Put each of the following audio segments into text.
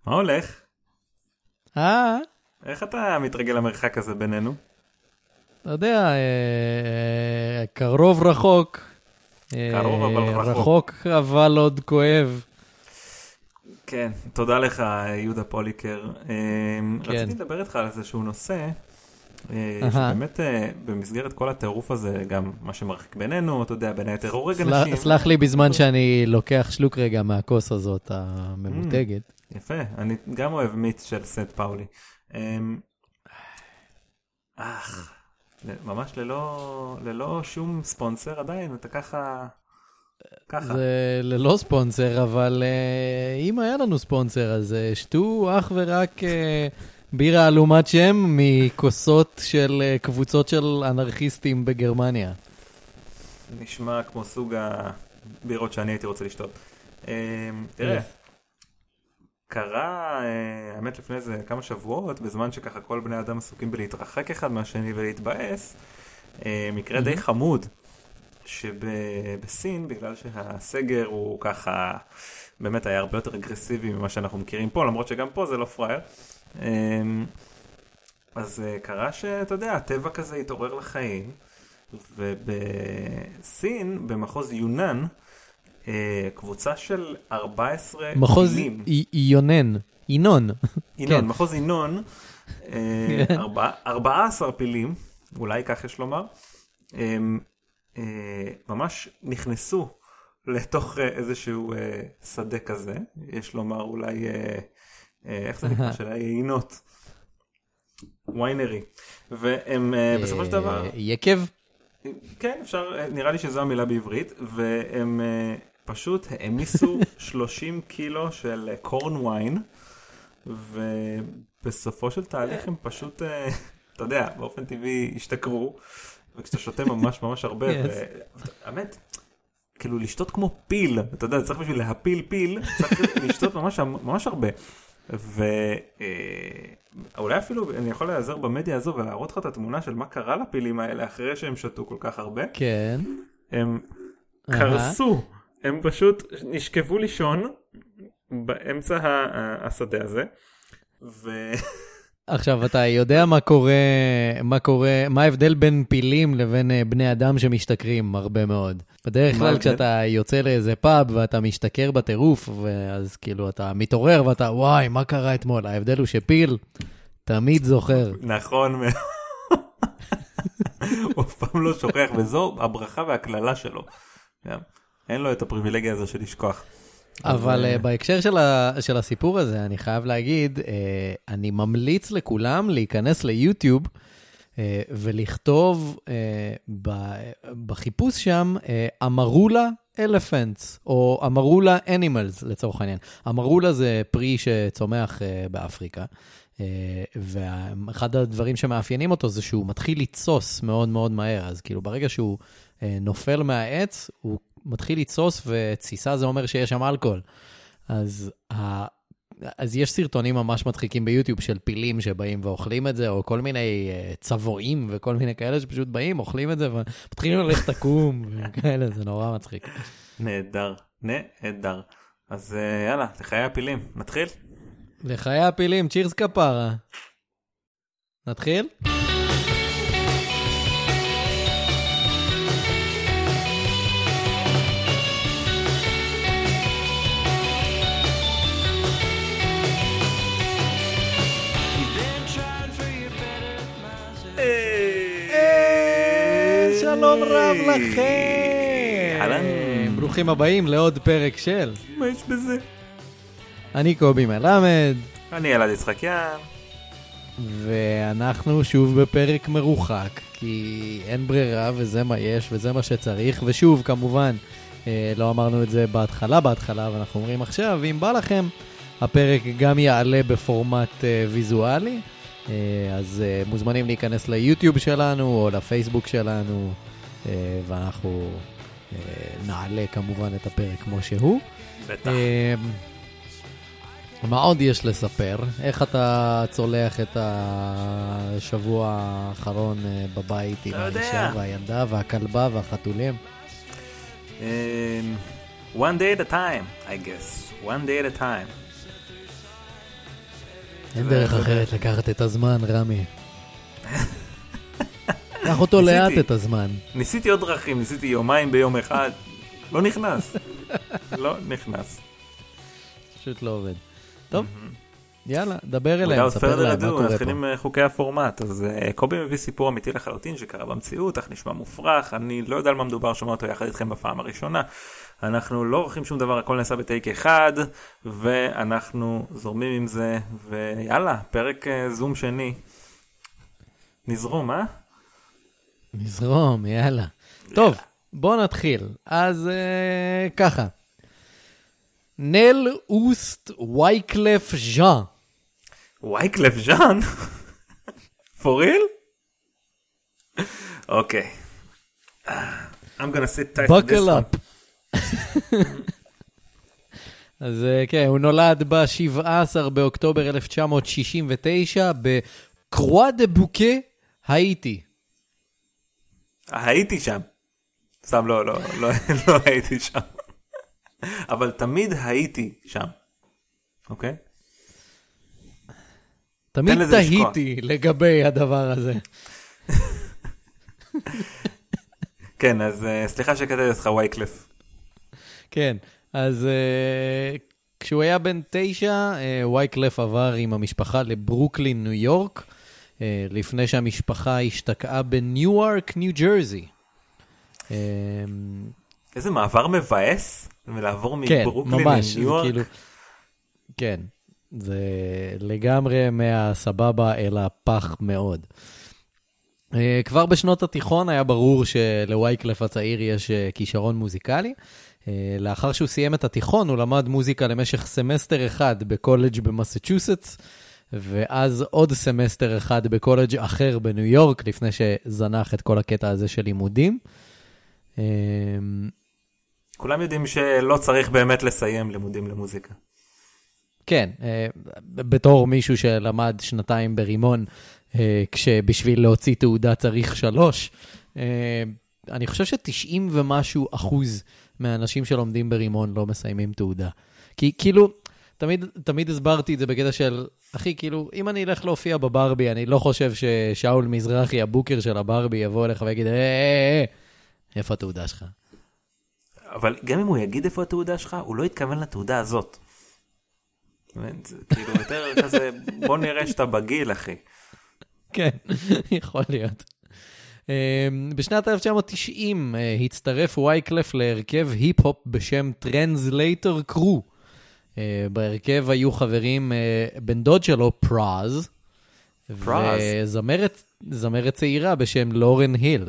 מה הולך? אה? איך אתה מתרגל למרחק הזה בינינו? אתה יודע, קרוב רחוק. קרוב אבל רחוק. רחוק אבל עוד כואב. כן, תודה לך יהודה פוליקר. רציתי לדבר איתך על איזשהו נושא, שבאמת במסגרת כל הטירוף הזה, גם מה שמרחיק בינינו, אתה יודע, בין היתר הורג אנשים. סלח לי בזמן שאני לוקח שלוק רגע מהכוס הזאת הממותגת. יפה, אני גם אוהב מיץ של סנט פאולי. ממש ללא שום ספונסר עדיין, אתה ככה. זה ללא ספונסר, אבל אם היה לנו ספונסר, אז שתו אך ורק בירה אלומת שם מכוסות של קבוצות של אנרכיסטים בגרמניה. נשמע כמו סוג הבירות שאני הייתי רוצה לשתות. תראה, קרה, האמת לפני זה כמה שבועות, בזמן שככה כל בני אדם עסוקים בלהתרחק אחד מהשני ולהתבאס, מקרה די חמוד, שבסין, בגלל שהסגר הוא ככה, באמת היה הרבה יותר אגרסיבי ממה שאנחנו מכירים פה, למרות שגם פה זה לא פרייר. אז קרה שאתה יודע, הטבע כזה התעורר לחיים, ובסין, במחוז יונן, קבוצה של 14 מחוז יונן, ינון. ינון, מחוז ינון, 14 פילים, אולי כך יש לומר, ממש נכנסו לתוך איזשהו שדה כזה, יש לומר אולי, איך זה נקרא, של היינות, ויינרי, והם בסופו של דבר, יקב? כן, אפשר, נראה לי שזו המילה בעברית, והם פשוט העמיסו 30 קילו של קורן ויין, ובסופו של תהליך הם פשוט, אתה יודע, באופן טבעי השתכרו, וכשאתה שותה ממש ממש הרבה, והאמת, כאילו לשתות כמו פיל, אתה יודע, צריך בשביל להפיל פיל, צריך לשתות ממש הרבה. ואולי אפילו אני יכול להיעזר במדיה הזו ולהראות לך את התמונה של מה קרה לפילים האלה אחרי שהם שתו כל כך הרבה. כן. הם קרסו, הם פשוט נשכבו לישון באמצע השדה הזה. עכשיו, אתה יודע מה ההבדל בין פילים לבין בני אדם שמשתכרים הרבה מאוד. בדרך כלל כשאתה יוצא לאיזה פאב ואתה משתכר בטירוף, אז כאילו אתה מתעורר ואתה, וואי, מה קרה אתמול? ההבדל הוא שפיל תמיד זוכר. נכון, הוא אף פעם לא שוכח, וזו הברכה והכללה שלו. אין לו את הפריבילגיה הזו של לשכוח. אבל בהקשר של הסיפור הזה, אני חייב להגיד, אני ממליץ לכולם להיכנס ליוטיוב ולכתוב בחיפוש שם אמרולה אלפנטס, או אמרולה אנימלס לצורך העניין. אמרולה זה פרי שצומח באפריקה, ואחד הדברים שמאפיינים אותו זה שהוא מתחיל לצוס מאוד מאוד מהר, אז כאילו ברגע שהוא נופל מהעץ, הוא מתחיל לצוס, וציסה זה אומר שיש שם אלכוהול. אז יש סרטונים ממש מדחיקים ביוטיוב של פילים שבאים ואוכלים את זה, או כל מיני צבועים וכל מיני כאלה שפשוט באים, אוכלים את זה, ומתחילים ללכת תקום, וכאלה, זה נורא מצחיק. נהדר, נהדר. אז יאללה, לחיי הפילים, נתחיל? לחיי הפילים, צ'ירס כפרה. נתחיל? שלום רב לכם. ברוכים הבאים לעוד פרק של מה יש בזה? אני קובי מלמד. אני אלעד יצחקיאן. ואנחנו שוב בפרק מרוחק, כי אין ברירה וזה מה יש וזה מה שצריך. ושוב, כמובן, לא אמרנו את זה בהתחלה, ואנחנו אומרים עכשיו, אם בא לכם, הפרק גם יעלה בפורמט ויזואלי. אז מוזמנים להיכנס ליוטיוב שלנו או לפייסבוק שלנו, ואנחנו נעלה כמובן את הפרק כמו שהוא. בטח. מה עוד יש לספר? איך אתה צולח את השבוע האחרון בבית עם האישה והילדה והכלבה והחתולים? One day at a time, I guess. One day at a time. אין דרך אחרת לקחת את הזמן, רמי. קח אותו לאט את הזמן. ניסיתי עוד דרכים, ניסיתי יומיים ביום אחד. לא נכנס. לא נכנס. פשוט לא עובד. טוב, יאללה, דבר אליהם, ספר להם מה קורה פה. מתחילים חוקי הפורמט. אז קובי מביא סיפור אמיתי לחלוטין שקרה במציאות, אך נשמע מופרך. אני לא יודע על מה מדובר, שומע אותו יחד איתכם בפעם הראשונה. אנחנו לא עורכים שום דבר, הכל נעשה בטייק אחד, ואנחנו זורמים עם זה, ויאללה, פרק זום שני. נזרום, אה? נזרום, יאללה. טוב, בוא נתחיל. אז ככה. נל אוסט וייקלף ז'אן. וייקלף ז'אן? For real? Okay. I'm gonna sit tight to this Buckle one. up. אז כן, הוא נולד ב-17 באוקטובר 1969 בקרואה דה בוקה, האיטי. הייתי שם. סתם לא הייתי שם. אבל תמיד הייתי שם. אוקיי? תמיד תהיתי לגבי הדבר הזה. כן, אז סליחה שקטעתי אותך וייקלף. כן, אז כשהוא היה בן 9, וייקלף עבר עם המשפחה לברוקלין, ניו יורק, לפני שהמשפחה השתקעה בניוארק, ניו ג'רזי. איזה מעבר מבאס, ולעבור כן, מברוקלין ממש, לניו יורק. כאילו, כן, זה לגמרי מהסבבה אל הפח מאוד. כבר בשנות התיכון היה ברור שלווייקלף הצעיר יש כישרון מוזיקלי. לאחר שהוא סיים את התיכון, הוא למד מוזיקה למשך סמסטר אחד בקולג' במסצ'וסטס, ואז עוד סמסטר אחד בקולג' אחר בניו יורק, לפני שזנח את כל הקטע הזה של לימודים. כולם יודעים שלא צריך באמת לסיים לימודים למוזיקה. כן, בתור מישהו שלמד שנתיים ברימון, כשבשביל להוציא תעודה צריך 3, אני חושב ש90 ומשהו אחוז מהאנשים שלומדים ברימון לא מסיימים תעודה. כי כאילו, תמיד הסברתי את זה בקטע של, אחי, כאילו, אם אני אלך להופיע בברבי, אני לא חושב ששאול מזרחי, הבוקר של הברבי, יבוא אליך ויגיד, איפה התעודה שלך? אבל גם אם הוא יגיד איפה התעודה שלך, הוא לא יתכוון לתעודה הזאת. זה כאילו יותר כזה, בוא נראה שאתה בגיל, אחי. כן, יכול להיות. בשנת 1990 הצטרף וייקלף להרכב היפ-הופ בשם טרנסלייטר קרו. בהרכב היו חברים בן דוד שלו, פראז, וזמרת צעירה בשם לורן היל.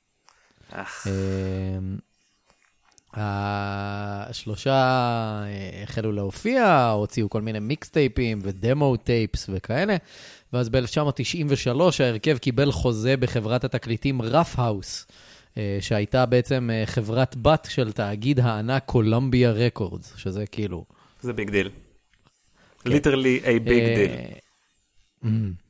השלושה החלו להופיע, הוציאו כל מיני מיקסטייפים ודמו טייפס וכאלה, ואז ב-1993 ההרכב קיבל חוזה בחברת התקליטים רף האוס, שהייתה בעצם חברת בת של תאגיד הענק קולומביה רקורדס, שזה כאילו... זה ביג דיל. Literally a big deal.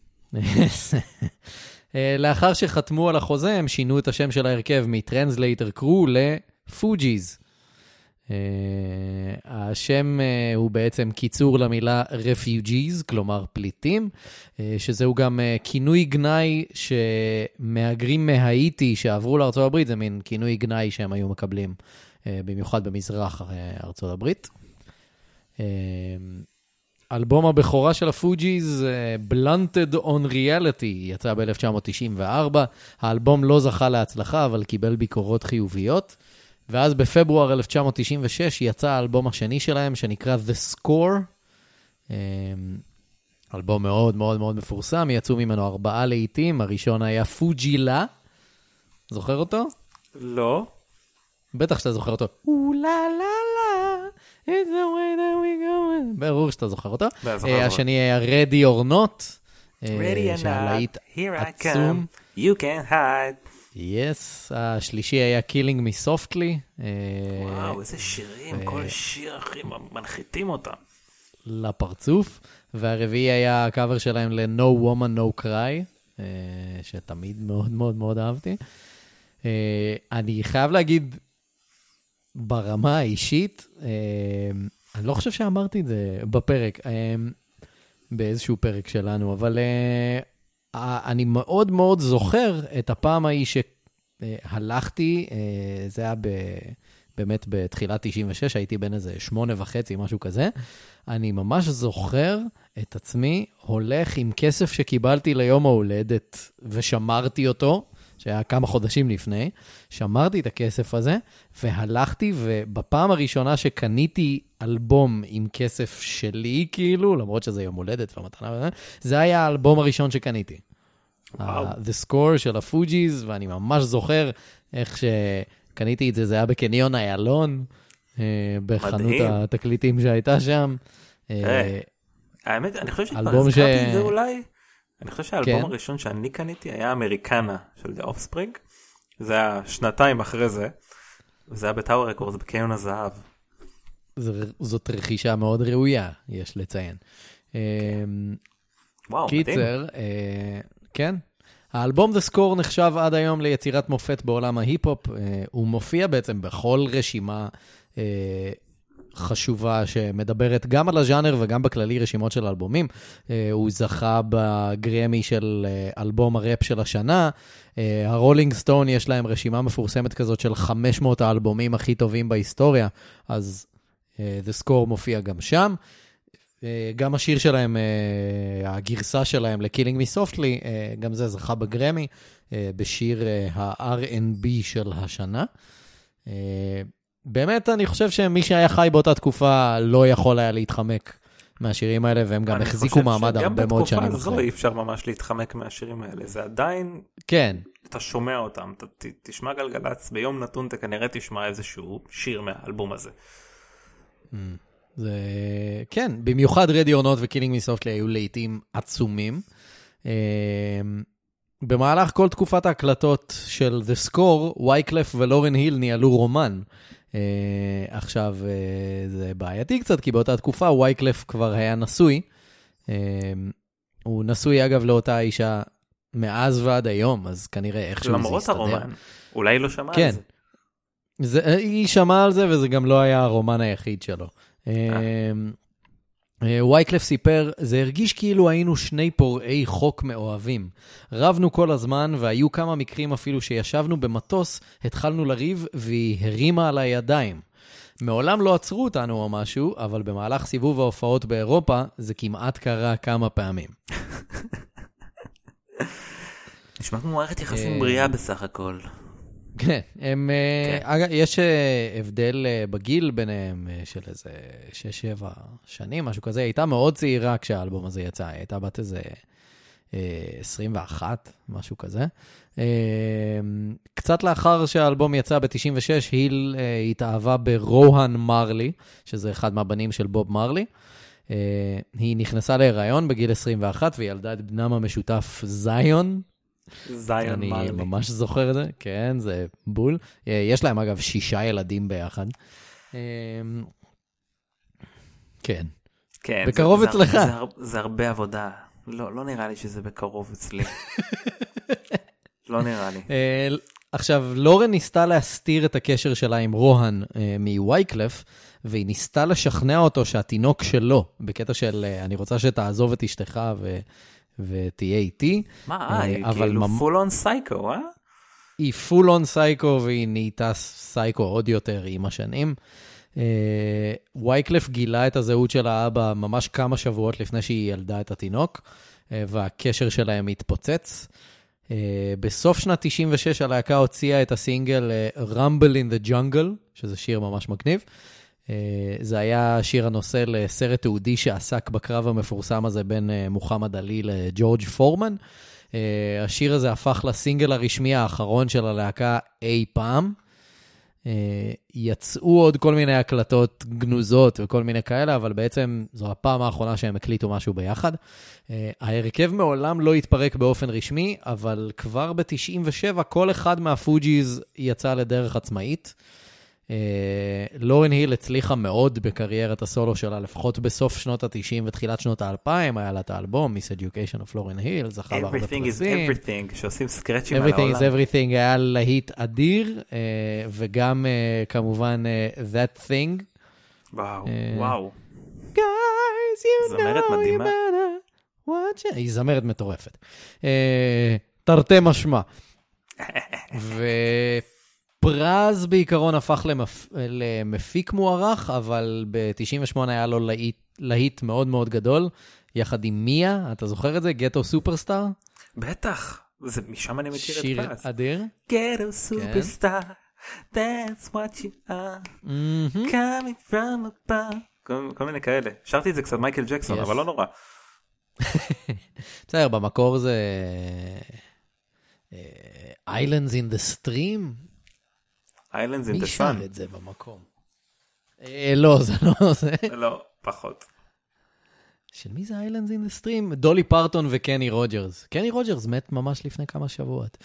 לאחר שחתמו על החוזה, הם שינו את השם של ההרכב מטרנסלייטר קרו לפוג'יז. השם הוא בעצם קיצור למילה refugees, כלומר פליטים, שזהו גם כינוי גנאי שמהגרים מהאיטי שעברו לארצות הברית, זה מין כינוי גנאי שהם היו מקבלים, במיוחד במזרח ארצות הברית. אלבום הבכורה של הפוג'יז, Blunted on Reality, יצא ב-1994. האלבום לא זכה להצלחה, אבל קיבל ביקורות חיוביות. ואז בפברואר 1996 יצא האלבום השני שלהם, שנקרא The Score. אלבום מאוד מאוד מאוד מפורסם, יצאו ממנו 4 לעיתים. הראשון היה פוג'ילה. זוכר אותו? לא. בטח שאתה זוכר אותו. It's the way that we go. ברור שאתה זוכר אותו. השני היה Ready or Not. Ready or not, here I come, you can't hide. Yes. השלישי היה Killing Me Softly. וואו, איזה שירים, כל שיר אחי, מנחיתים אותם. לפרצוף. והרביעי היה הקאבר שלהם ל-No Woman No Cry, שתמיד מאוד מאוד מאוד אהבתי. אני חייב להגיד, ברמה האישית, אני לא חושב שאמרתי את זה בפרק, באיזשהו פרק שלנו, אבל אני מאוד מאוד זוכר את הפעם ההיא שהלכתי, זה היה באמת בתחילת 96, הייתי בין איזה 8.5, משהו כזה. אני ממש זוכר את עצמי הולך עם כסף שקיבלתי ליום ההולדת, ושמרתי אותו, שהיה כמה חודשים לפני, שמרתי את הכסף הזה, והלכתי, ובפעם הראשונה שקניתי אלבום עם כסף שלי, כאילו, למרות שזה יום הולדת ומתנה, זה היה האלבום הראשון שקניתי. The Score של הפוג'יז, ואני ממש זוכר איך שקניתי את זה, זה היה בקניון איילון, בחנות התקליטים שהייתה שם. האמת, אני חושב שהזכרתי את זה אולי, אני חושב שהאלבום הראשון שאני קניתי היה אמריקנה של The Offspring, זה היה שנתיים אחרי זה, וזה היה בטאוור רקורדס בקניון הזהב. זאת רכישה מאוד ראויה, יש לציין. וואו, קיצר, כן. האלבום The Score נחשב עד היום ליצירת מופת בעולם ההיפ-הופ, הוא מופיע בעצם בכל רשימה חשובה שמדברת גם על הז'אנר וגם בכללי רשימות של אלבומים. הוא זכה בגרמי של אלבום הראפ של השנה. הרולינג סטון יש להם רשימה מפורסמת כזאת של 500 האלבומים הכי טובים בהיסטוריה, אז The Score מופיע גם שם. גם השיר שלהם, הגרסה שלהם ל-Killing Me Softly, גם זה זכה בגרמי, בשיר ה-R&B של השנה. באמת אני חושב שמי שהיה חי באותה תקופה לא יכול היה להתחמק מהשירים האלה, והם גם החזיקו מעמד הרבה מאוד שנים אחרי. גם בתקופה הזו אי אפשר ממש להתחמק מהשירים האלה, זה עדיין, כן. אתה שומע אותם, אתה תשמע גלגלץ, ביום נתון אתה כנראה תשמע איזשהו שיר מהאלבום הזה. זה, כן, במיוחד רדי or Not ו-Killing Me Softly היו לעיתים עצומים. במהלך כל תקופת ההקלטות של The Score, וייקלף ולורן היל ניהלו רומן. עכשיו, זה בעייתי קצת, כי באותה תקופה וייקלף כבר היה נשוי. הוא נשוי אגב לאותה אישה מאז ועד היום, אז כנראה איכשהו זה למרות יסתדר. הרומן, אולי לא שמע כן. על זה. היא שמעה על זה, וזה גם לא היה הרומן היחיד שלו. וייקלף סיפר, זה הרגיש כאילו היינו שני פורעי חוק מאוהבים. רבנו כל הזמן, והיו כמה מקרים אפילו שישבנו במטוס, התחלנו לריב, והיא הרימה על הידיים. מעולם לא עצרו אותנו או משהו, אבל במהלך סיבוב ההופעות באירופה, זה כמעט קרה כמה פעמים. נשמע כמו מערכת יחסים בריאה בסך הכל. כן, יש הבדל בגיל ביניהם של איזה 6-7 שנים, משהו כזה. היא הייתה מאוד צעירה כשהאלבום הזה יצא, היא הייתה בת איזה 21, משהו כזה. קצת לאחר שהאלבום יצא ב-96, היל התאהבה ברוהן מרלי, שזה אחד מהבנים של בוב מרלי. היא נכנסה להיריון בגיל 21, והיא ילדה את בנם המשותף זיון. אני ממש זוכר את זה, כן, זה בול. יש להם אגב 6 ילדים ביחד. כן. בקרוב אצלך. זה הרבה עבודה. לא נראה לי שזה בקרוב אצלי. לא נראה לי. עכשיו, לורן ניסתה להסתיר את הקשר שלה עם רוהן מווייקלף, והיא ניסתה לשכנע אותו שהתינוק שלו, בקטע של אני רוצה שתעזוב את אשתך ותהיה איתי. מה, היא כאילו full on psycho, אה? היא full on psycho, והיא נהייתה psycho עוד יותר עם השנים. וייקלף גילה את הזהות של האבא ממש כמה שבועות לפני שהיא ילדה את התינוק, והקשר שלהם התפוצץ. בסוף שנת 96 הלהקה הוציאה את הסינגל Rumble in the Jungle, שזה שיר ממש מגניב. זה היה שיר הנושא לסרט תיעודי שעסק בקרב המפורסם הזה בין מוחמד עלי לג'ורג' פורמן. השיר הזה הפך לסינגל הרשמי האחרון של הלהקה אי פעם. יצאו עוד כל מיני הקלטות גנוזות וכל מיני כאלה, אבל בעצם זו הפעם האחרונה שהם הקליטו משהו ביחד. ההרכב מעולם לא התפרק באופן רשמי, אבל כבר ב-97 כל אחד מהפוג'יז יצא לדרך עצמאית. לורן היל הצליחה מאוד בקריירת הסולו שלה, לפחות בסוף שנות ה-90 ותחילת שנות ה-2000, היה לה את האלבום, Miseducation of Lauren Hill, זכה בהרבה פרסים. Everything is everything, שעושים סקרצ'ים על העולם. Everything is everything היה להיט אדיר, וגם כמובן That Thing. וואו. Guys, you know מדהימה. you better היא זמרת מטורפת. תרתי משמע. ופרז בעיקרון הפך למפיק מוערך, אבל ב-98 היה לו להיט מאוד מאוד גדול, יחד עם מיה, אתה זוכר את זה? גטו סופרסטאר? בטח, משם אני מכיר את פרז. שיר אדיר. גטו סופרסטאר, that's what you are, coming from above. כל מיני כאלה. שרתי את זה קצת מייקל ג'קסון, אבל לא נורא. בסדר, במקור זה Islands in the Stream? Islands in the Sun. מי שר את זה במקום? לא, זה לא זה. לא, פחות. של מי זה Islands in the Stream? דולי פרטון וקני רוג'רס. קני רוג'רס מת ממש לפני כמה שבועות.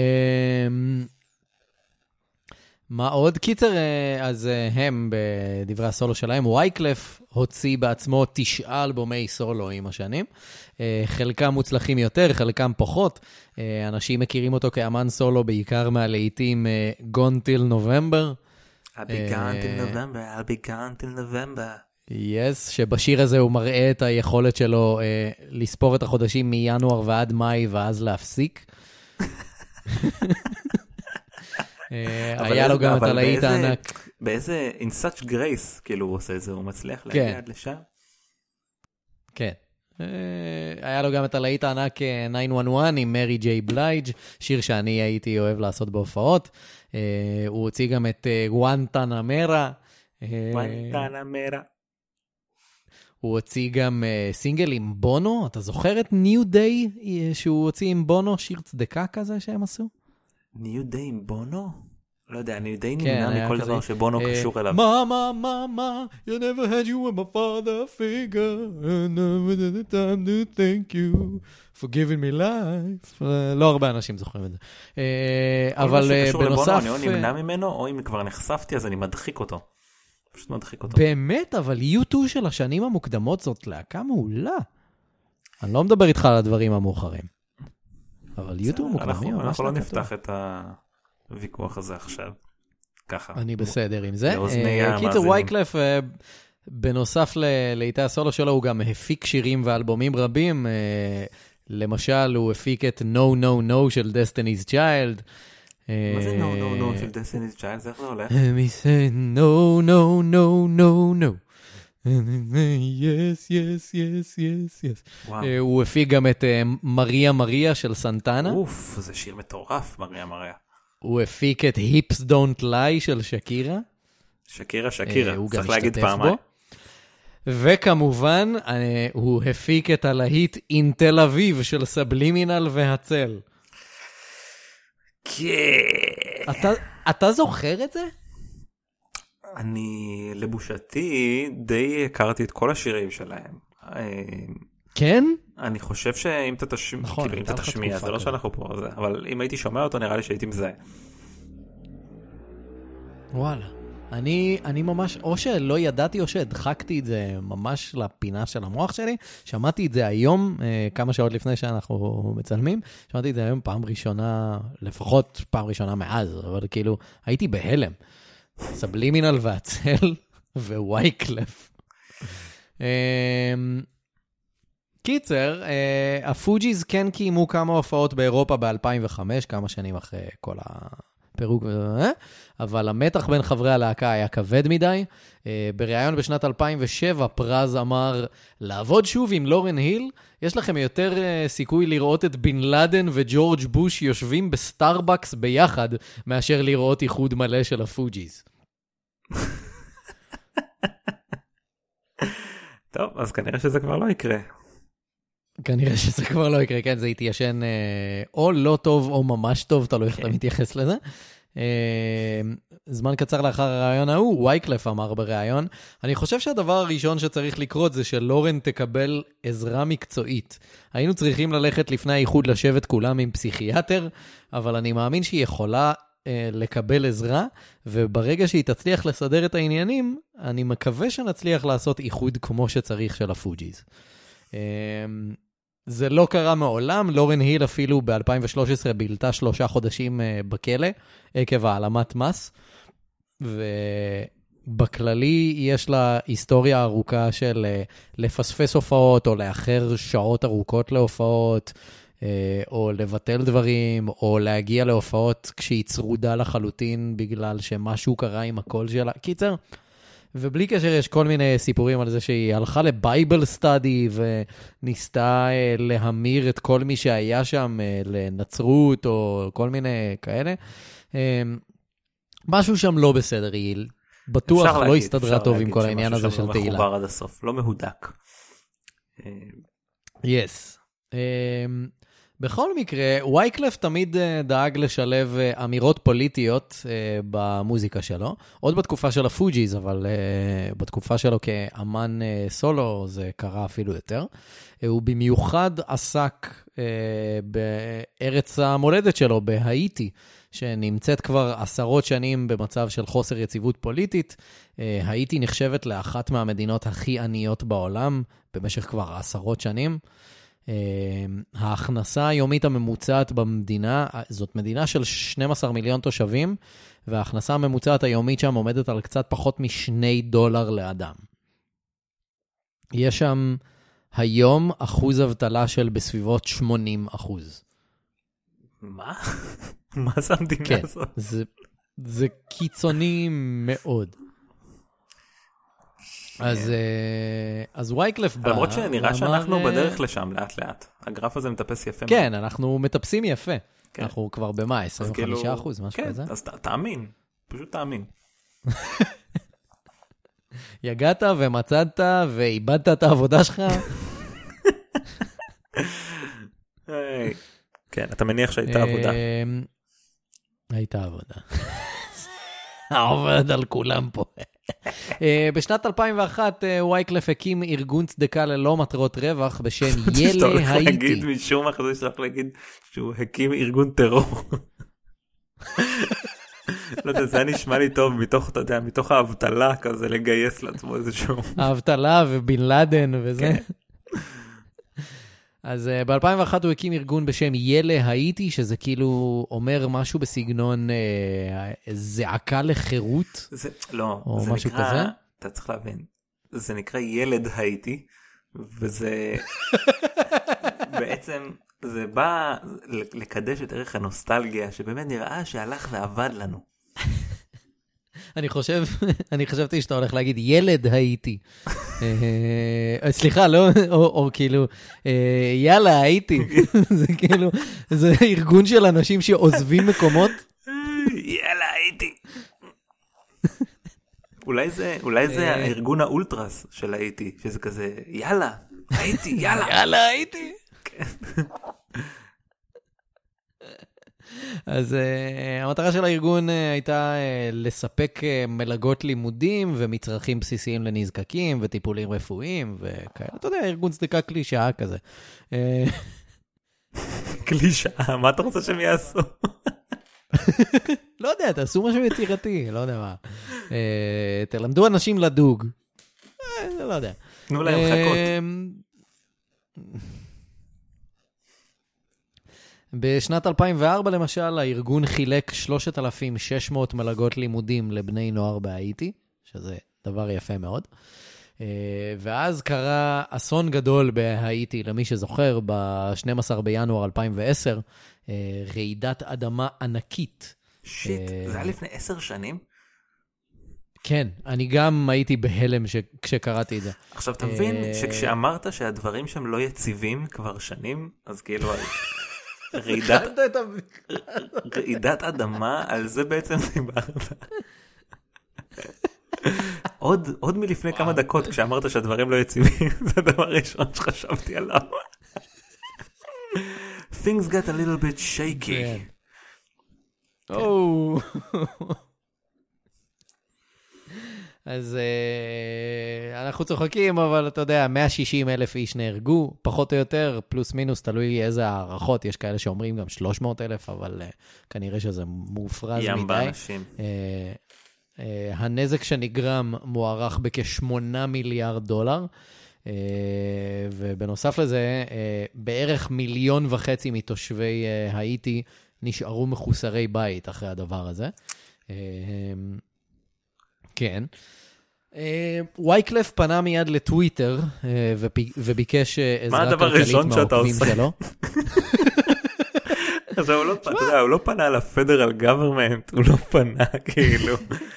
מה עוד? קיצר, אז הם בדברי הסולו שלהם, וייקלף הוציא בעצמו 9 אלבומי סולו עם השנים, חלקם מוצלחים יותר, חלקם פחות, אנשים מכירים אותו כאמן סולו בעיקר מהלהיטים Gone Till November. I'll be gone till November, I'll be gone till November. Yes, שבשיר הזה הוא מראה את היכולת שלו לספור את החודשים מינואר ועד מאי ואז להפסיק. היה לו גם את הלהיט הענק. באיזה, in such grace, כאילו הוא עושה את זה, הוא מצליח להגיע עד לשם? כן. היה לו גם את הלהיט הענק 911 עם מרי ג'יי בלייג', שיר שאני הייתי אוהב לעשות בהופעות. הוא הוציא גם את גואנטנמרה. גואנטנמרה. הוא הוציא גם סינגל עם בונו. אתה זוכר את New Day שהוא הוציא עם בונו? שיר צדקה כזה שהם עשו? ניו דיי עם בונו? לא יודע, אני די נמנע מכל דבר שבונו קשור אליו. Mama, you never had you with my father figure, and never did the time to thank you for giving me life. לא הרבה אנשים זוכרים את זה. אבל בנוסף... אני או נמנע ממנו, או אם כבר נחשפתי, אז אני מדחיק אותו. פשוט מדחיק אותו. באמת, אבל U2 של השנים המוקדמות זאת להקה מעולה. אני לא מדבר איתך על הדברים המאוחרים. אבל יוטיוב מוקדמים. אנחנו לא נפתח את הוויכוח הזה עכשיו. ככה. אני בסדר עם זה. קיצר וייקלף, בנוסף ללהיטי הסולו שלו, הוא גם הפיק שירים ואלבומים רבים. למשל, הוא הפיק את No No No של Destiny's Child. מה זה No No No של Destiny's Child? זה איך זה הולך? He said No No No No No. yes, yes, yes, yes, yes. הוא הפיק גם את מריה מריה של סנטנה. אוף, זה שיר מטורף, מריה מריה. הוא הפיק את Hips Don't Lie של שקירה. שקירה, צריך להגיד פעמיים. וכמובן, הוא הפיק את הלהיט In תל אביב של סבלימינל והצל. כן. אתה זוכר את זה? אני, לבושתי, די הכרתי את כל השירים שלהם. כן? אני חושב שאם אתה תשמיע, זה לא שאנחנו פה, אבל אם הייתי שומע אותו, נראה לי שהייתי מזהה. וואלה. אני ממש, או שלא ידעתי, או שהדחקתי את זה ממש לפינה של המוח שלי. שמעתי את זה היום, כמה שעות לפני שאנחנו מצלמים. שמעתי את זה היום פעם ראשונה, לפחות פעם ראשונה מאז, אבל כאילו, הייתי בהלם. סבלימינל והצל ווייקלף. קיצר, הפוג'יז כן קיימו כמה הופעות באירופה ב-2005, כמה שנים אחרי כל הפירוק, אבל המתח בין חברי הלהקה היה כבד מדי. בריאיון בשנת 2007 פרז אמר, לעבוד שוב עם לורן היל, יש לכם יותר סיכוי לראות את בן לדן וג'ורג' בוש יושבים בסטארבקס ביחד, מאשר לראות איחוד מלא של הפוג'יז. טוב, אז כנראה שזה כבר לא יקרה. כנראה שזה כבר לא יקרה, כן, זה יתיישן או לא טוב או ממש טוב, תלוי איך אתה מתייחס לזה. זמן קצר לאחר הרעיון ההוא, וייקלף אמר בראיון, אני חושב שהדבר הראשון שצריך לקרות זה שלורן תקבל עזרה מקצועית. היינו צריכים ללכת לפני האיחוד לשבת כולם עם פסיכיאטר, אבל אני מאמין שהיא יכולה לקבל עזרה, וברגע שהיא תצליח לסדר את העניינים, אני מקווה שנצליח לעשות איחוד כמו שצריך של הפוג'יז. זה לא קרה מעולם, לורן היל אפילו ב-2013 בילתה 3 חודשים בכלא, עקב העלמת מס, בכללי יש לה היסטוריה ארוכה של לפספס הופעות, או לאחר שעות ארוכות להופעות, או לבטל דברים, או להגיע להופעות כשהיא צרודה לחלוטין, בגלל שמשהו קרה עם הקול שלה. קיצר, ובלי קשר יש כל מיני סיפורים על זה שהיא הלכה לבייבל סטאדי, וניסתה להמיר את כל מי שהיה שם לנצרות, או כל מיני כאלה. משהו שם לא בסדר, היא בטוח לא הסתדרה טוב עם כל העניין הזה של תהילה. אפשר להגיד שמשהו שם לא מחובר עד הסוף, לא מהודק. Yes. בכל מקרה, וייקלף תמיד דאג לשלב אמירות פוליטיות במוזיקה שלו, עוד בתקופה של הפוג'יז, אבל בתקופה שלו כאמן סולו זה קרה אפילו יותר. הוא במיוחד עסק בארץ המולדת שלו, בהאיטי, שנמצאת כבר עשרות שנים במצב של חוסר יציבות פוליטית. האיטי נחשבת לאחת מהמדינות הכי עניות בעולם, במשך כבר עשרות שנים. ההכנסה היומית הממוצעת במדינה, זאת מדינה של 12 מיליון תושבים, וההכנסה הממוצעת היומית שם עומדת על קצת פחות $2 לאדם. יש שם היום אחוז אבטלה של בסביבות 80%. מה? מה זה המדינה הזאת? זה קיצוני מאוד. אז וייקלף בא... למרות שנראה שאנחנו בדרך לשם לאט לאט. הגרף הזה מטפס יפה. כן, אנחנו מטפסים יפה. אנחנו כבר במה, 25%, משהו כזה. כן, אז תאמין, פשוט תאמין. יגעת ומצאת ואיבדת את העבודה שלך. כן, אתה מניח שהייתה עבודה. הייתה עבודה. עובד על כולם פה. בשנת 2001 וייקלף הקים ארגון צדקה ללא מטרות רווח בשם ילה האיטי. שאתה הולך להגיד משום אחרי שאתה הולך להגיד שהוא הקים ארגון טרור. לא יודע, זה נשמע לי טוב מתוך, אתה יודע, מתוך האבטלה כזה לגייס לעצמו איזשהו. האבטלה ובן לאדן וזה. אז ב-2001 הוא הקים ארגון בשם ילה האיטי, שזה כאילו אומר משהו בסגנון זעקה לחירות. לא, או זה משהו נקרא, כזה. אתה צריך להבין, זה נקרא ילד האיטי, וזה בעצם, זה בא לקדש את ערך הנוסטלגיה, שבאמת נראה שהלך ועבד לנו. אני חשבתי שאתה הולך להגיד ילד הייתי. סליחה, לא, או כאילו, יאללה, הייתי. זה כאילו, זה ארגון של אנשים שעוזבים מקומות. יאללה, הייתי. אולי זה הארגון האולטרס של הייתי, שזה כזה, יאללה, הייתי, יאללה. יאללה, הייתי. אז המטרה של הארגון הייתה לספק מלגות לימודים ומצרכים בסיסיים לנזקקים וטיפולים רפואיים וכאלה. אתה יודע, ארגון צדקה קלישאה כזה. קלישאה? מה אתה רוצה שהם יעשו? לא יודע, תעשו משהו יצירתי, לא יודע מה. תלמדו אנשים לדוג. לא יודע. תנו להם חכות. בשנת 2004 למשל, הארגון חילק 3,600 מלגות לימודים לבני נוער בהאיטי, שזה דבר יפה מאוד. ואז קרה אסון גדול בהאיטי, למי שזוכר, ב-12 בינואר 2010, רעידת אדמה ענקית. שיט, זה היה לפני 10 שנים? כן, אני גם הייתי בהלם כשקראתי את זה. עכשיו תבין שכשאמרת שהדברים שם לא יציבים כבר שנים, אז כאילו רעידת אדמה, על זה בעצם דיברת. עוד מלפני כמה דקות כשאמרת שהדברים לא יציבים, זה הדבר הראשון שחשבתי עליו. Things got a little bit shaky. אז אנחנו צוחקים, אבל אתה יודע, 160,000 איש נהרגו, פחות או יותר, פלוס מינוס, תלוי איזה הערכות, יש כאלה שאומרים גם 300,000, אבל כנראה שזה מופרז ים מדי. באנשים. הנזק שנגרם מוערך בכ$8 מיליארד, ובנוסף לזה, בערך 1.5 מיליון מתושבי האיטי נשארו מחוסרי בית אחרי הדבר הזה. כן. וייקלף פנה מיד לטוויטר וביקש עזרה כלכלית מהעוקבים שלו. אז הוא לא פנה לפדרל גוברמנט, הוא לא פנה כאילו,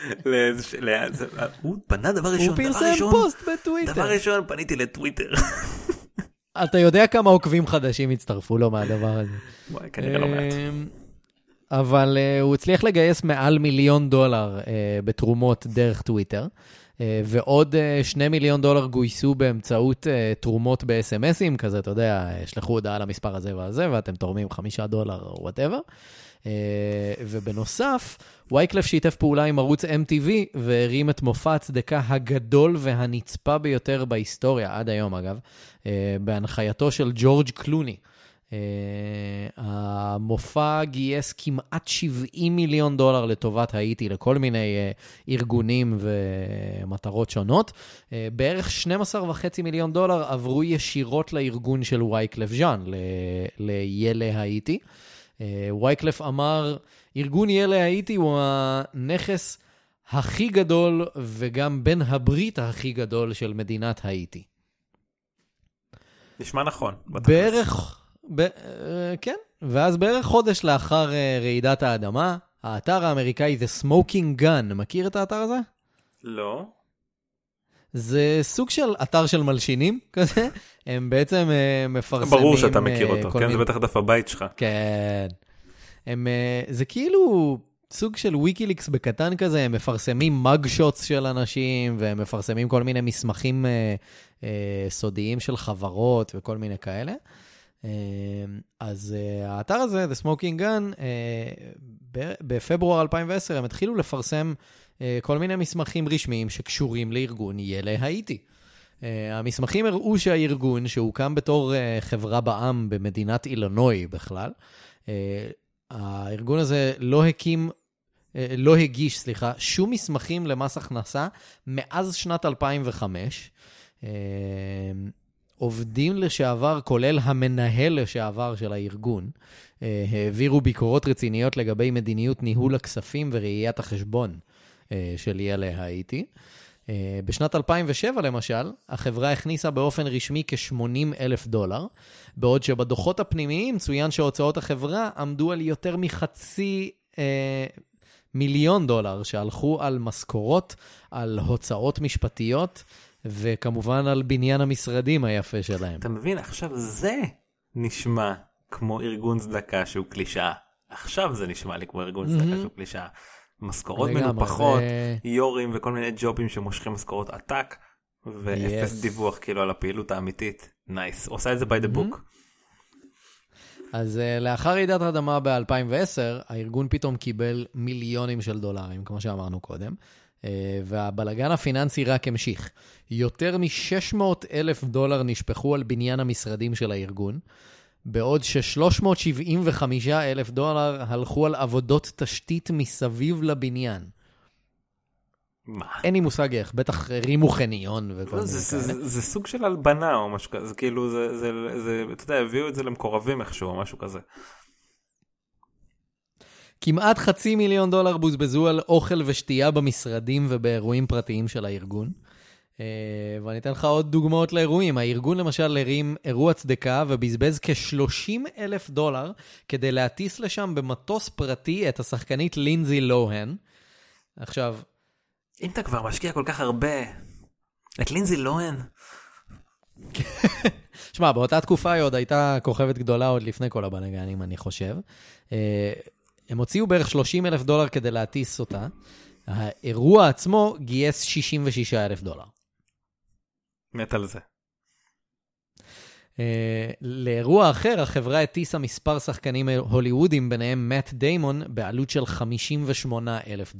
הוא פנה דבר ראשון, הוא פרסם פוסט בטוויטר. דבר ראשון פניתי לטוויטר. אתה יודע כמה עוקבים חדשים הצטרפו לו מהדבר הזה. וואי, כנראה לא מעט. אבל הוא הצליח לגייס מעל $1 מיליון בתרומות דרך טוויטר, ועוד $2 מיליון גויסו באמצעות תרומות ב-SMSים, כזה, אתה יודע, שלחו הודעה למספר הזה והזה, ואתם תורמים $5 או whatever. ובנוסף, וייקלף שיתף פעולה עם ערוץ MTV, והרים את מופע הצדקה הגדול והנצפה ביותר בהיסטוריה, עד היום אגב, בהנחייתו של ג'ורג' קלוני. המופע גייס כמעט $70 מיליון לטובת האיטי, לכל מיני ארגונים ומטרות שונות. בערך $12.5 מיליון עברו ישירות לארגון של וייקלף ז'אן, לילה האיטי. וייקלף אמר, ארגון ילה האיטי הוא הנכס הכי גדול וגם בן הברית הכי גדול של מדינת האיטי. נשמע נכון. בערך... כן, ואז בערך חודש לאחר רעידת האדמה, האתר האמריקאי The Smoking Gun, מכיר את האתר הזה? לא. זה סוג של אתר של מלשינים כזה, הם בעצם מפרסמים... ברור שאתה מכיר אותו, כן, זה בטח דף הבית שלך. כן, זה כאילו סוג של ויקיליקס בקטן כזה, הם מפרסמים מגשוטס של אנשים, והם מפרסמים כל מיני מסמכים סודיים של חברות וכל מיני כאלה. אז האתר הזה, The Smoking Gun, בפברואר 2010 הם התחילו לפרסם כל מיני מסמכים רשמיים שקשורים לארגון ילה האיטי. המסמכים הראו שהארגון, שהוקם בתור חברה בעם במדינת אילנוי בכלל, הארגון הזה לא הגיש שום מסמכים למס הכנסה מאז שנת 2005. עובדים לשעבר, כולל המנהל לשעבר של הארגון, העבירו ביקורות רציניות לגבי מדיניות ניהול הכספים וראיית החשבון של ילה האיטי. בשנת 2007 למשל, החברה הכניסה באופן רשמי $80,000, בעוד שבדוחות הפנימיים צוין שהוצאות החברה עמדו על יותר $500,000 שהלכו על משכורות, על הוצאות משפטיות, וכמובן על בניין המשרדים היפה שלהם. אתה מבין, עכשיו זה נשמע כמו ארגון צדקה שהוא קלישאה. עכשיו זה נשמע לי כמו ארגון צדקה שהוא קלישאה. משכורות מנופחות, יורים וכל מיני ג'ובים שמושכים משכורות עתק, ואפס דיווח כאילו על הפעילות האמיתית. נייס. עושה את זה by the book. אז לאחר רעידת האדמה ב-2010, הארגון פתאום קיבל $מיליונים, כמו שאמרנו קודם. והבלגן הפיננסי רק המשיך. יותר $600,000 נשפחו על בניין המשרדים של הארגון, בעוד $375,000 הלכו על עבודות תשתית מסביב לבניין. מה? אין לי מושג איך, בטח רימו חניון וכל מיני כאלה. זה סוג של הלבנה או משהו כזה, כאילו אתה יודע, הביאו את זה למקורבים איכשהו או משהו כזה. כמעט $500,000 בוזבזו על אוכל ושתייה במשרדים ובאירועים פרטיים של הארגון. ואני אתן לך עוד דוגמאות לאירועים. הארגון למשל הרים אירוע צדקה ובזבז $30,000 כדי להטיס לשם במטוס פרטי את השחקנית לינזי לוהן. עכשיו, אם אתה כבר משקיע כל כך הרבה, את לינזי לוהן. שמע, באותה תקופה היא עוד הייתה כוכבת גדולה עוד לפני כל הבלגנים, אני חושב. הם הוציאו בערך $30,000 כדי להטיס אותה. האירוע עצמו גייס $66,000. מת על זה. לאירוע אחר, החברה הטיסה מספר שחקנים הוליוודים, ביניהם מאט דיימון, בעלות של $58,000.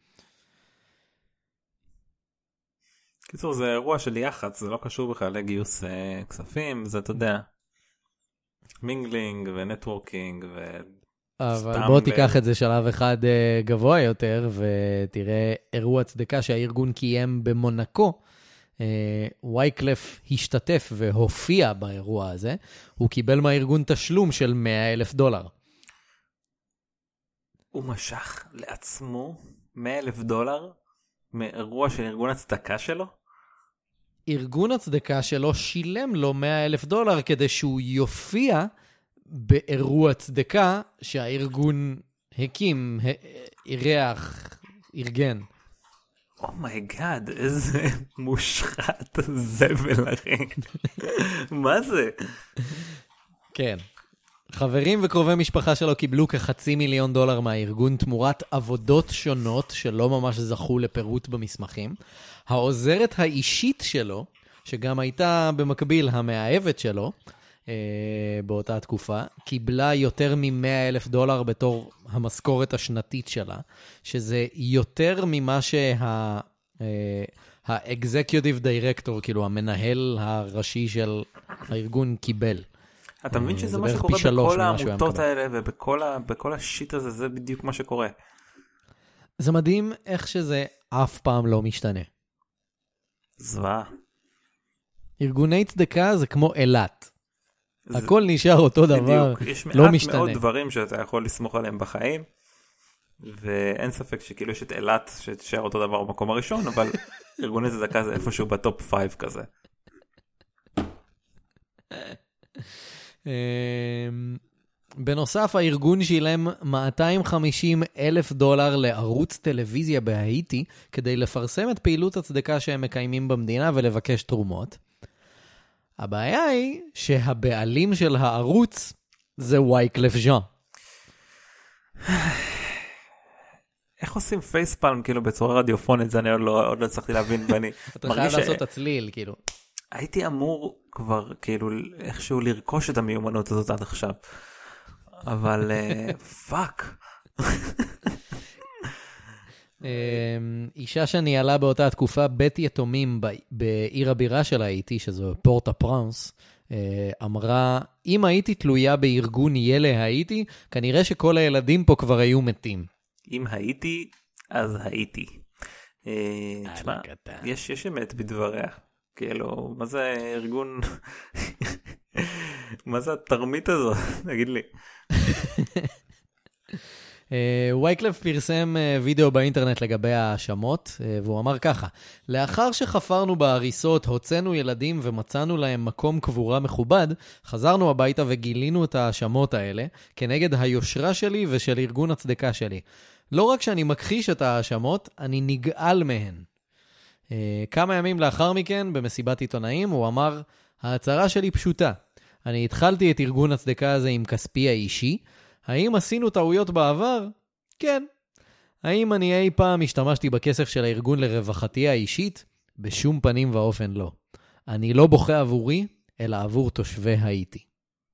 קיצור, זה אירוע של יח"צ, זה לא קשור בכלל לגיוס כספים, זה אתה יודע, מינגלינג ונטוורקינג אבל בוא תיקח את זה שלב אחד גבוה יותר, ותראה אירוע צדקה שהארגון קיים במונקו. וייקלף השתתף והופיע באירוע הזה, הוא קיבל מהארגון תשלום של $100,000. הוא משך לעצמו $100,000? מאירוע של ארגון הצדקה שלו? ארגון הצדקה שלו שילם לו $100,000 כדי שהוא יופיע באירוע צדקה שהארגון הקים, אירח, ארגן. אומייגאד, איזה מושחת זבל, אחי. מה זה? כן. חברים וקרובי משפחה שלו קיבלו $500,000 מהארגון תמורת עבודות שונות שלא ממש זכו לפירוט במסמכים. העוזרת האישית שלו, שגם הייתה במקביל המאהבת שלו, באותה תקופה, קיבלה יותר $100,000 בתור המשכורת השנתית שלה, שזה יותר ממה ה-executive director, כאילו המנהל הראשי של הארגון קיבל. אתה מבין שזה מה שקורה בכל העמותות האלה ובכל השיט הזה, זה בדיוק מה שקורה. זה מדהים איך שזה אף פעם לא משתנה. זוועה. ארגוני צדקה זה כמו אלת. הכל נשאר אותו דבר, לא משתנה. יש מעט מאוד דברים שאתה יכול לסמוך עליהם בחיים, ואין ספק שכאילו יש את אלת שתשאר אותו דבר במקום הראשון, אבל ארגוני צדקה זה איפשהו בטופ 5 כזה. בנוסף, הארגון שילם $250,000 לערוץ טלוויזיה בהאיטי, כדי לפרסם את פעילות הצדקה שהם מקיימים במדינה ולבקש תרומות. הבעיה היא שהבעלים של הערוץ זה וייקלף ז'אן. איך עושים פייספלם כאילו בצורה רדיופונית, זה אני עוד לא הצלחתי להבין, ואני אתה חייב לעשות הצליל, כאילו. הייתי אמור כבר כאילו איכשהו לרכוש את המיומנות הזאת עד עכשיו, אבל פאק. אישה שניהלה באותה התקופה בית יתומים בעיר הבירה של האיטי, שזו פורטה פרנס, אמרה, אם הייתי תלויה בארגון ילה האיטי, כנראה שכל הילדים פה כבר היו מתים. אם הייתי, אז הייתי. תשמע, יש אמת בדבריה. כאילו, מה זה ארגון, מה זה התרמית הזאת? תגיד לי. וייקלף פרסם וידאו באינטרנט לגבי ההאשמות, והוא אמר ככה, לאחר שחפרנו בהריסות, הוצאנו ילדים ומצאנו להם מקום קבורה מכובד, חזרנו הביתה וגילינו את ההאשמות האלה, כנגד היושרה שלי ושל ארגון הצדקה שלי. לא רק שאני מכחיש את ההאשמות, אני נגעל מהן. כמה ימים לאחר מכן, במסיבת עיתונאים, הוא אמר, ההצהרה שלי פשוטה. אני התחלתי את ארגון הצדקה הזה עם כספי האישי. האם עשינו טעויות בעבר? כן. האם אני אי פעם השתמשתי בכסף של הארגון לרווחתי האישית? בשום פנים ואופן לא. אני לא בוכה עבורי, אלא עבור תושבי האיטי.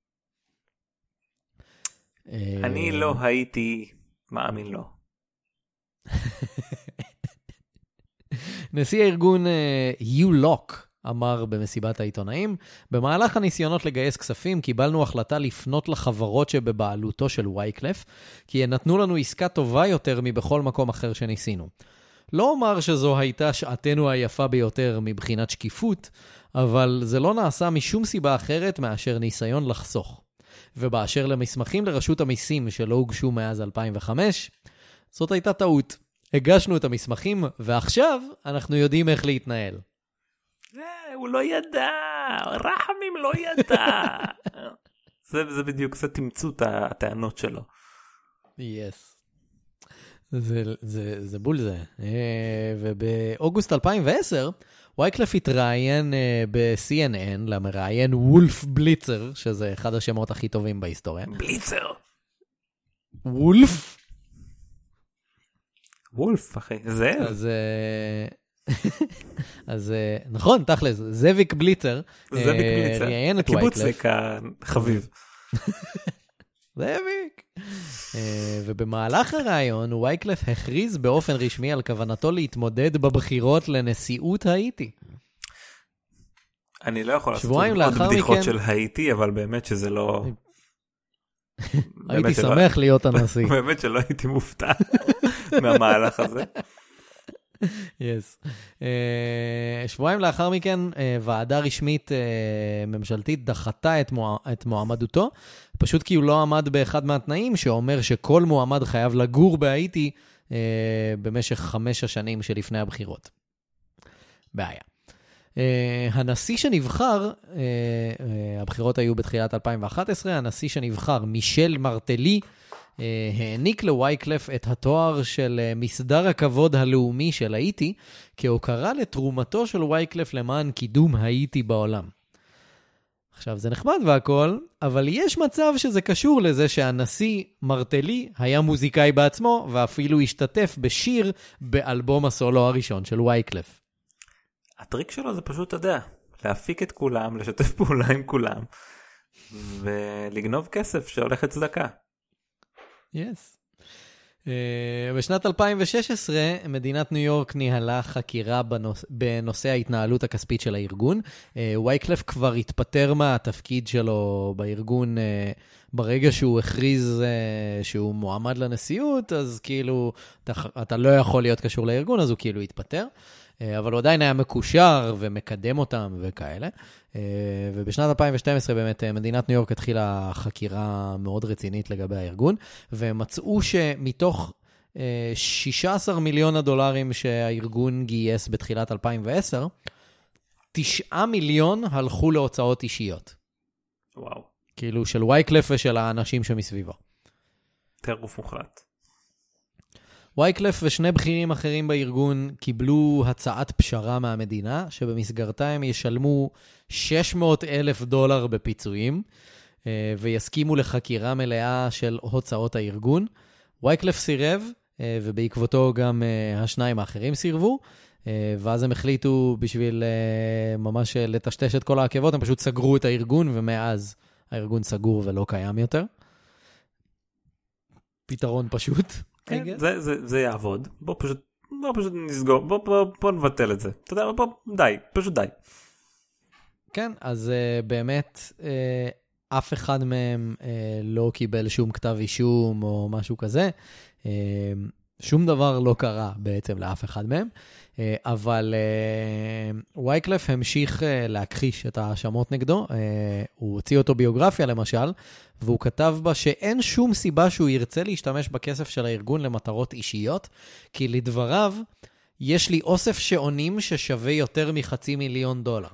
אני לא הייתי מאמין לו. נשיא הארגון יו-לוק אמר במסיבת העיתונאים, במהלך הניסיונות לגייס כספים קיבלנו החלטה לפנות לחברות שבבעלותו של וייקלף, כי הן נתנו לנו עסקה טובה יותר מבכל מקום אחר שניסינו. לא אומר שזו הייתה שעתנו היפה ביותר מבחינת שקיפות, אבל זה לא נעשה משום סיבה אחרת מאשר ניסיון לחסוך. ובאשר למסמכים לרשות המיסים שלא הוגשו מאז 2005, זאת הייתה טעות. הגשנו את המסמכים, ועכשיו אנחנו יודעים איך להתנהל. הוא לא ידע, רחמים לא ידע. זה בדיוק, זה תמצות הטענות שלו. Yes. זה בול זה. ובאוגוסט 2010, וייקלף התראיין ב-CNN למראיין וולף בליצר, שזה אחד השמות הכי טובים בהיסטוריה. בליצר. וולף? וולף, אחי. זה? אז נכון, תכלס, זאביק בליצר. זאביק בליצר. ראיין את וייקלף. הקיבוצניק החביב. זאביק. ובמהלך הרעיון, וייקלף הכריז באופן רשמי על כוונתו להתמודד בבחירות לנשיאות האיטי. אני לא יכול לעשות עוד בדיחות של האיטי, אבל באמת שזה לא... הייתי שמח להיות הנשיא. באמת שלא הייתי מופתע מהמהלך הזה. Yes. שבועיים לאחר מכן, ועדה רשמית ממשלתית דחתה את מועמדותו, פשוט כי הוא לא עמד באחד מהתנאים שאומר שכל מועמד חייב לגור בהאיטי במשך 5 השנים שלפני הבחירות. בעיה. הנשיא שנבחר, הבחירות היו בתחילת 2011, הנשיא שנבחר, מישל מרטלי, העניק לווייקלף את התואר של מסדר הכבוד הלאומי של האיטי, כהוקרה לתרומתו של ווייקלף למען קידום האיטי בעולם. עכשיו זה נחמד והכל, אבל יש מצב שזה קשור לזה שהנשיא מרטלי היה מוזיקאי בעצמו, ואפילו השתתף בשיר באלבום הסולו הראשון של ווייקלף. הטריק שלו זה פשוט, אתה יודע, להפיק את כולם, לשתף פעולה עם כולם, ולגנוב כסף שהולך לצדקה. Yes. בשנת 2016, מדינת ניו יורק ניהלה חקירה בנושא ההתנהלות הכספית של הארגון. ווייקלף כבר התפטר מהתפקיד שלו בארגון ברגע שהוא הכריז שהוא מועמד לנשיאות, אז כאילו אתה לא יכול להיות קשור לארגון, אז הוא כאילו התפטר. אבל הוא עדיין היה מקושר ומקדם אותם וכאלה. ובשנת 2012 באמת מדינת ניו יורק התחילה חקירה מאוד רצינית לגבי הארגון, ומצאו שמתוך 16 מיליון הדולרים שהארגון גייס בתחילת 2010, 9 מיליון הלכו להוצאות אישיות. וואו. כאילו של ווייקלף ושל האנשים שמסביבו. טירוף מוחלט. ווייקלף ושני בכירים אחרים בארגון קיבלו הצעת פשרה מהמדינה, שבמסגרתה הם ישלמו $600,000 בפיצויים, ויסכימו לחקירה מלאה של הוצאות הארגון. ווייקלף סירב, ובעקבותו גם השניים האחרים סירבו, ואז הם החליטו בשביל ממש לטשטש את כל העקבות, הם פשוט סגרו את הארגון, ומאז הארגון סגור ולא קיים יותר. פתרון פשוט. כן, זה יעבוד. בוא פשוט נסגור, בוא נבטל את זה. אתה יודע, די, פשוט די. כן, אז באמת אף אחד מהם לא קיבל שום כתב אישום או משהו כזה. שום דבר לא קרה בעצם לאף אחד מהם, אבל ווייקלף המשיך להכחיש את האשמות נגדו. הוא הוציא אותו ביוגרפיה למשל, והוא כתב בה שאין שום סיבה שהוא ירצה להשתמש בכסף של הארגון למטרות אישיות, כי לדבריו יש לי אוסף שעונים ששווה יותר $500,000.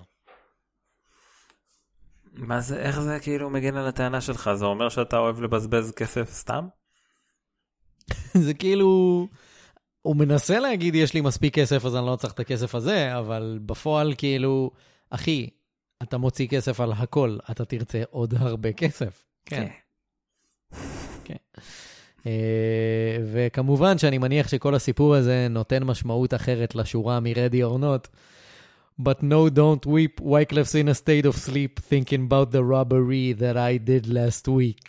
מה זה, איך זה כאילו מגן על הטענה שלך? זה אומר שאתה אוהב לבזבז כסף סתם? זה כאילו, הוא מנסה להגיד יש לי מספיק כסף אז אני לא צריך את הכסף הזה, אבל בפועל כאילו, אחי, אתה מוציא כסף על הכל, אתה תרצה עוד הרבה כסף. כן. כן. וכמובן שאני מניח שכל הסיפור הזה נותן משמעות אחרת לשורה מ-Ready or Not. But no, don't weep. Wyclef's in a state of sleep thinking about the robbery that I did last week.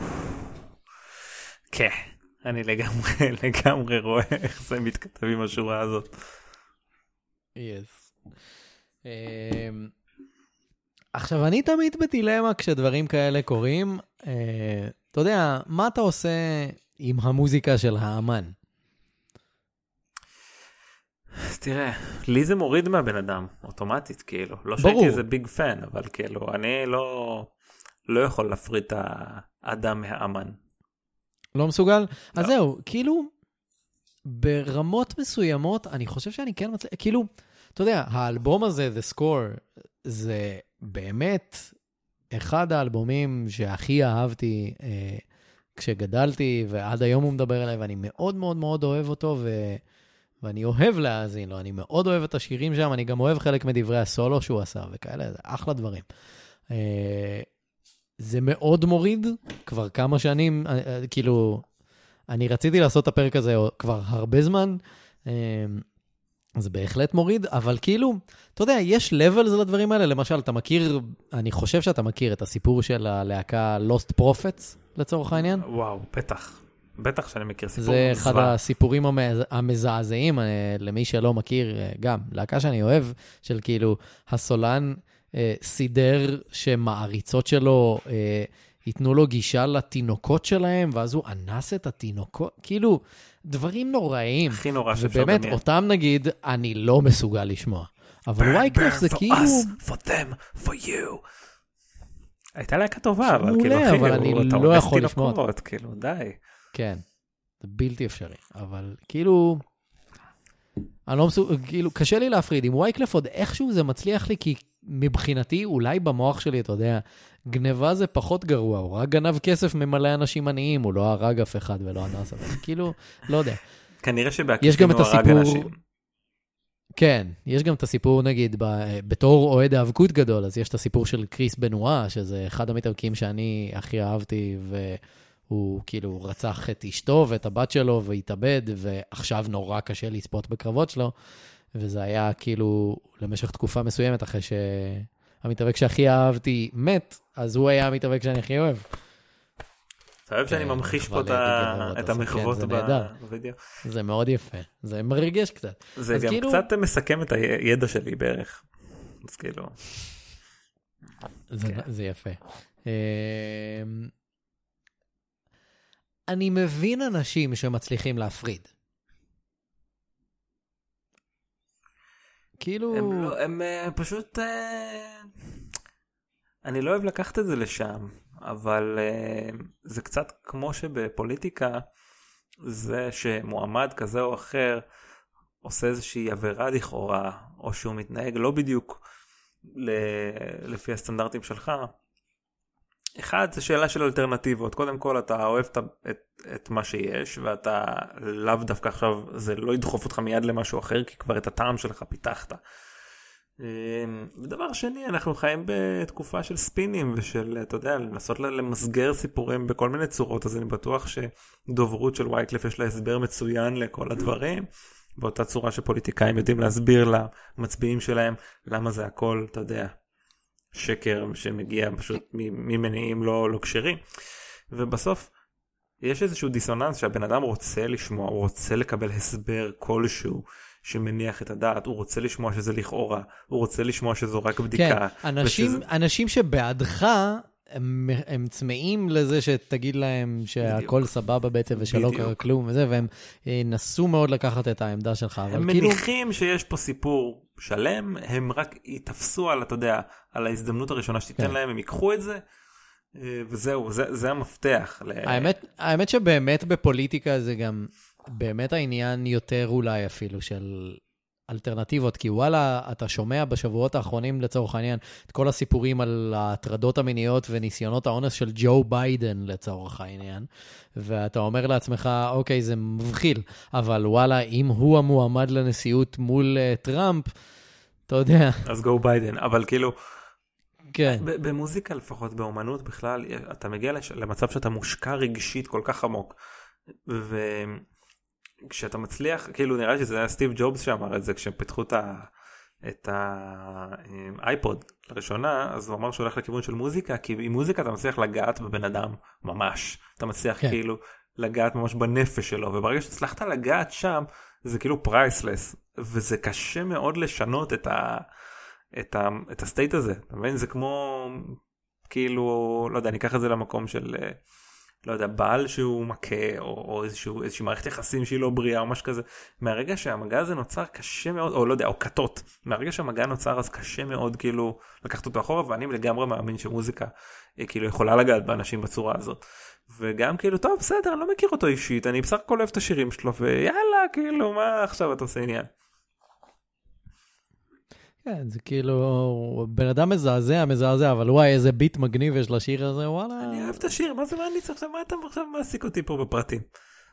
כן. אני לגמרי רואה איך זה מתכתב עם השורה הזאת. Yes. עכשיו, אני תמיד בדילמה כשדברים כאלה קורים. אתה יודע, מה אתה עושה עם המוזיקה של האמן? תראה, לי זה מוריד מהבן אדם, אוטומטית, כאילו. לא שהייתי איזה ביג פן, אבל כאילו, אני לא יכול להפריד את האדם מהאמן. לא מסוגל? אז זהו, כאילו, ברמות מסוימות, אני חושב שאני כן מצליח, כאילו, אתה יודע, האלבום הזה, The Score, זה באמת אחד האלבומים שהכי אהבתי כשגדלתי, ועד היום הוא מדבר אליי, ואני מאוד מאוד מאוד אוהב אותו, ואני אוהב להאזין לו, אני מאוד אוהב את השירים שם, אני גם אוהב חלק מדברי הסולו שהוא עשה, וכאלה, זה אחלה דברים. זה מאוד מוריד, כבר כמה שנים, כאילו, אני רציתי לעשות את הפרק הזה כבר הרבה זמן, זה בהחלט מוריד, אבל כאילו, אתה יודע, יש levels לדברים האלה, למשל, אתה מכיר, אני חושב שאתה מכיר את הסיפור של הלהקה Lost Prophets, לצורך העניין? וואו, בטח שאני מכיר סיפור. זה אחד הסיפורים המזעזעים, למי שלא מכיר, גם, להקה שאני אוהב, של כאילו, הסולן סידר שמעריצות שלו ייתנו לו גישה לתינוקות שלהם, ואז הוא אנס את התינוקות, כאילו, דברים נוראים. הכי נורא שאפשר ובאמת, אותם נגיד, אני לא מסוגל לשמוע. אבל ווייקלף זה כאילו... For us, for them, for you. הייתה להקה טובה, אבל כאילו, אבל אני לא יכול לשמוע. כאילו, די. כן. זה בלתי אפשרי. אבל כאילו, אני לא כאילו, קשה לי להפריד. עם וייקלף עוד איכשהו זה מצליח לי, כי מבחינתי, אולי במוח שלי, אתה יודע, גניבה זה פחות גרוע. הוא רק גנב כסף ממלא אנשים עניים, הוא לא הרג אף אחד ולא אנס, אבל כאילו, לא יודע. כנראה שבעקיפין הוא הרג אנשים. כן, יש גם את הסיפור, נגיד, בתור אוהד האבקות גדול, אז יש את הסיפור של קריס בנואה, שזה אחד המתאבקים שאני הכי אהבתי, והוא כאילו רצח את אשתו ואת הבת שלו, והתאבד, ועכשיו נורא קשה לצפות בקרבות שלו, וזה היה כאילו למשך תקופה מסוימת, אחרי שהמתאבק שהכי אהבתי מת, אז הוא היה המתאבק שאני הכי אוהב. אתה אוהב שאני ממחיש פה את המחוות בווידאו. זה מאוד יפה, זה מרגש קצת. זה גם קצת מסכם את הידע שלי בערך. אז כאילו... זה יפה. אני מבין אנשים שמצליחים להפריד. כאילו... הם פשוט... אני לא אוהב לקחת את זה לשם. אבל זה קצת כמו שבפוליטיקה, זה שמועמד כזה או אחר עושה איזושהי עבירה לכאורה, או שהוא מתנהג לא בדיוק לפי הסטנדרטים שלך. אחד, זה שאלה של אלטרנטיבות. קודם כל, אתה אוהב את מה שיש, ואתה לאו דווקא עכשיו, זה לא ידחוף אותך מיד למשהו אחר, כי כבר את הטעם שלך פיתחת. ודבר שני, אנחנו חיים בתקופה של ספינים ושל, אתה יודע, לנסות למסגר סיפורים בכל מיני צורות, אז אני בטוח שדוברות של וייקלף יש לה הסבר מצוין לכל הדברים, באותה צורה שפוליטיקאים יודעים להסביר למצביעים שלהם למה זה הכל, אתה יודע, שקר שמגיע פשוט ממניעים לא כשרים. ובסוף יש איזשהו דיסוננס שהבן אדם רוצה לשמוע, הוא רוצה לקבל הסבר כלשהו שמניח את הדעת, הוא רוצה לשמוע שזה לכאורה, הוא רוצה לשמוע שזו רק בדיקה. כן, אנשים שבעדך, הם צמאים לזה שתגיד להם שהכל סבבה בעצם ושלא קרה כלום וזה, והם נסו מאוד לקחת את העמדה שלך. הם מניחים שיש פה סיפור שלם, הם רק יתפסו על, אתה יודע, על ההזדמנות הראשונה שתיתן להם, הם ייקחו את זה, וזהו, זה המפתח. האמת שבאמת בפוליטיקה זה גם באמת העניין יותר אולי אפילו של אלטרנטיבות, כי וואלה, אתה שומע בשבועות האחרונים לצורך העניין את כל הסיפורים על ההטרדות המיניות וניסיונות האונס של ג'ו ביידן לצורך העניין, ואתה אומר לעצמך, אוקיי, זה מבחיל, אבל וואלה, אם הוא המועמד לנשיאות מול טראמפ, אתה יודע. אז גו ביידן, אבל כאילו... כן. במוזיקה לפחות, באומנות בכלל, אתה מגיע למצב שאתה מושקע רגשית כל כך עמוק, וכשאתה מצליח, כאילו נראה שזה היה סטיב ג'ובס שאמר את זה, כשהם פיתחו את האייפוד לראשונה, אז הוא אמר שהוא הולך לכיוון של מוזיקה, כי עם מוזיקה אתה מצליח לגעת בבן אדם ממש, אתה מצליח כאילו לגעת ממש בנפש שלו, וברגע שהצלחת לגעת שם, זה כאילו פרייסלס, וזה קשה מאוד לשנות את הסטייט הזה, אתה מבין? זה כמו, כאילו, לא יודע, אני אקח את זה למקום של, לא יודע, בעל שהוא מכה, או איזושהי מערכת יחסים שהיא לא בריאה, או משהו כזה. מהרגע שהמגע הזה נוצר קשה מאוד, או לא יודע, או כתות. מהרגע שהמגע נוצר, אז קשה מאוד, כאילו, לקחת אותו אחורה, ואני לגמרי מאמין שמוזיקה, כאילו, יכולה לגעת באנשים בצורה הזאת. וגם כאילו, טוב, בסדר, אני לא מכיר אותו אישית, אני בסך הכל אוהב את השירים שלו, ויאללה, כאילו, מה עכשיו אתה עושה עניין? כן, זה כאילו, בן אדם מזעזע, אבל וואי, איזה ביט מגניב יש לשיר הזה, וואלה. אני אוהב את השיר, מה זה, מה אני צריך עכשיו, מה אתה עכשיו מעסיק אותי פה בפרטים?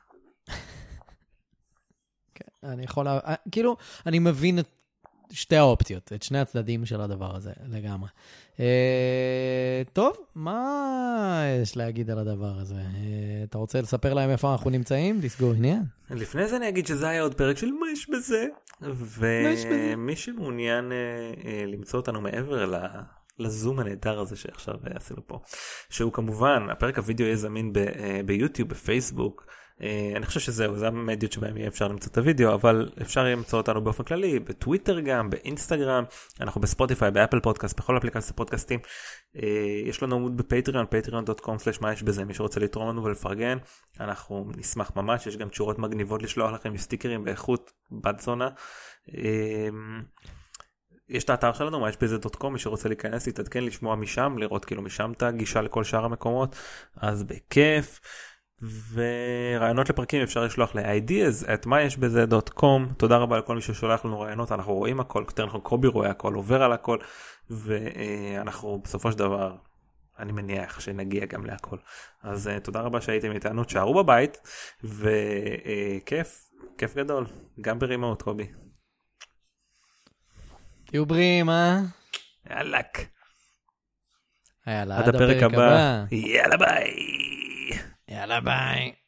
כן, אני יכול, כאילו, אני מבין את שתי האופציות, את שני הצדדים של הדבר הזה, לגמרי. טוב, מה יש להגיד על הדבר הזה? אתה רוצה לספר להם איפה אנחנו נמצאים? לסגור עניין? לפני זה אני אגיד שזה היה עוד פרק של מה יש בזה, ומי שמעוניין למצוא אותנו מעבר לזום הנהדר הזה שעכשיו עשינו פה, שהוא כמובן, הפרק הוידאו יהיה זמין ביוטיוב, בפייסבוק, אני חושב שזהו, זה המדיות שבהם יהיה אפשר למצוא את הוידאו, אבל אפשר יהיה למצוא אותנו באופן כללי, בטוויטר גם, באינסטגרם, אנחנו בספוטיפיי, באפל פודקאסט, בכל אפליקציות הפודקאסטים, יש לנו עמוד בפטריון, patreon.com/מה-יש-בזה, מי שרוצה לתרום לנו ולפרגן, אנחנו נשמח ממש, יש גם תשורות מגניבות לשלוח לכם סטיקרים באיכות בת זונה, יש את האתר שלנו, מה-יש-בזה.com, מי שרוצה להיכנס, להתעדכן, לשמוע משם, לראות כאילו משם את הגישה לכל שאר המקומות, אז בכיף. ורעיונות לפרקים אפשר לשלוח ל-ideas@myesbeze.com. תודה רבה לכל מי ששולח לנו רעיונות, אנחנו רואים הכל, יותר נכון קובי רואה הכל, עובר על הכל, ואנחנו בסופו של דבר, אני מניח שנגיע גם להכל. אז תודה רבה שהייתם איתנו, תשארו בבית, וכיף, כיף גדול, גם ברימוט קובי. תהיו בריאים, יאלק. יאללה, עד הפרק הבא. יאללה ביי. יאללה ביי.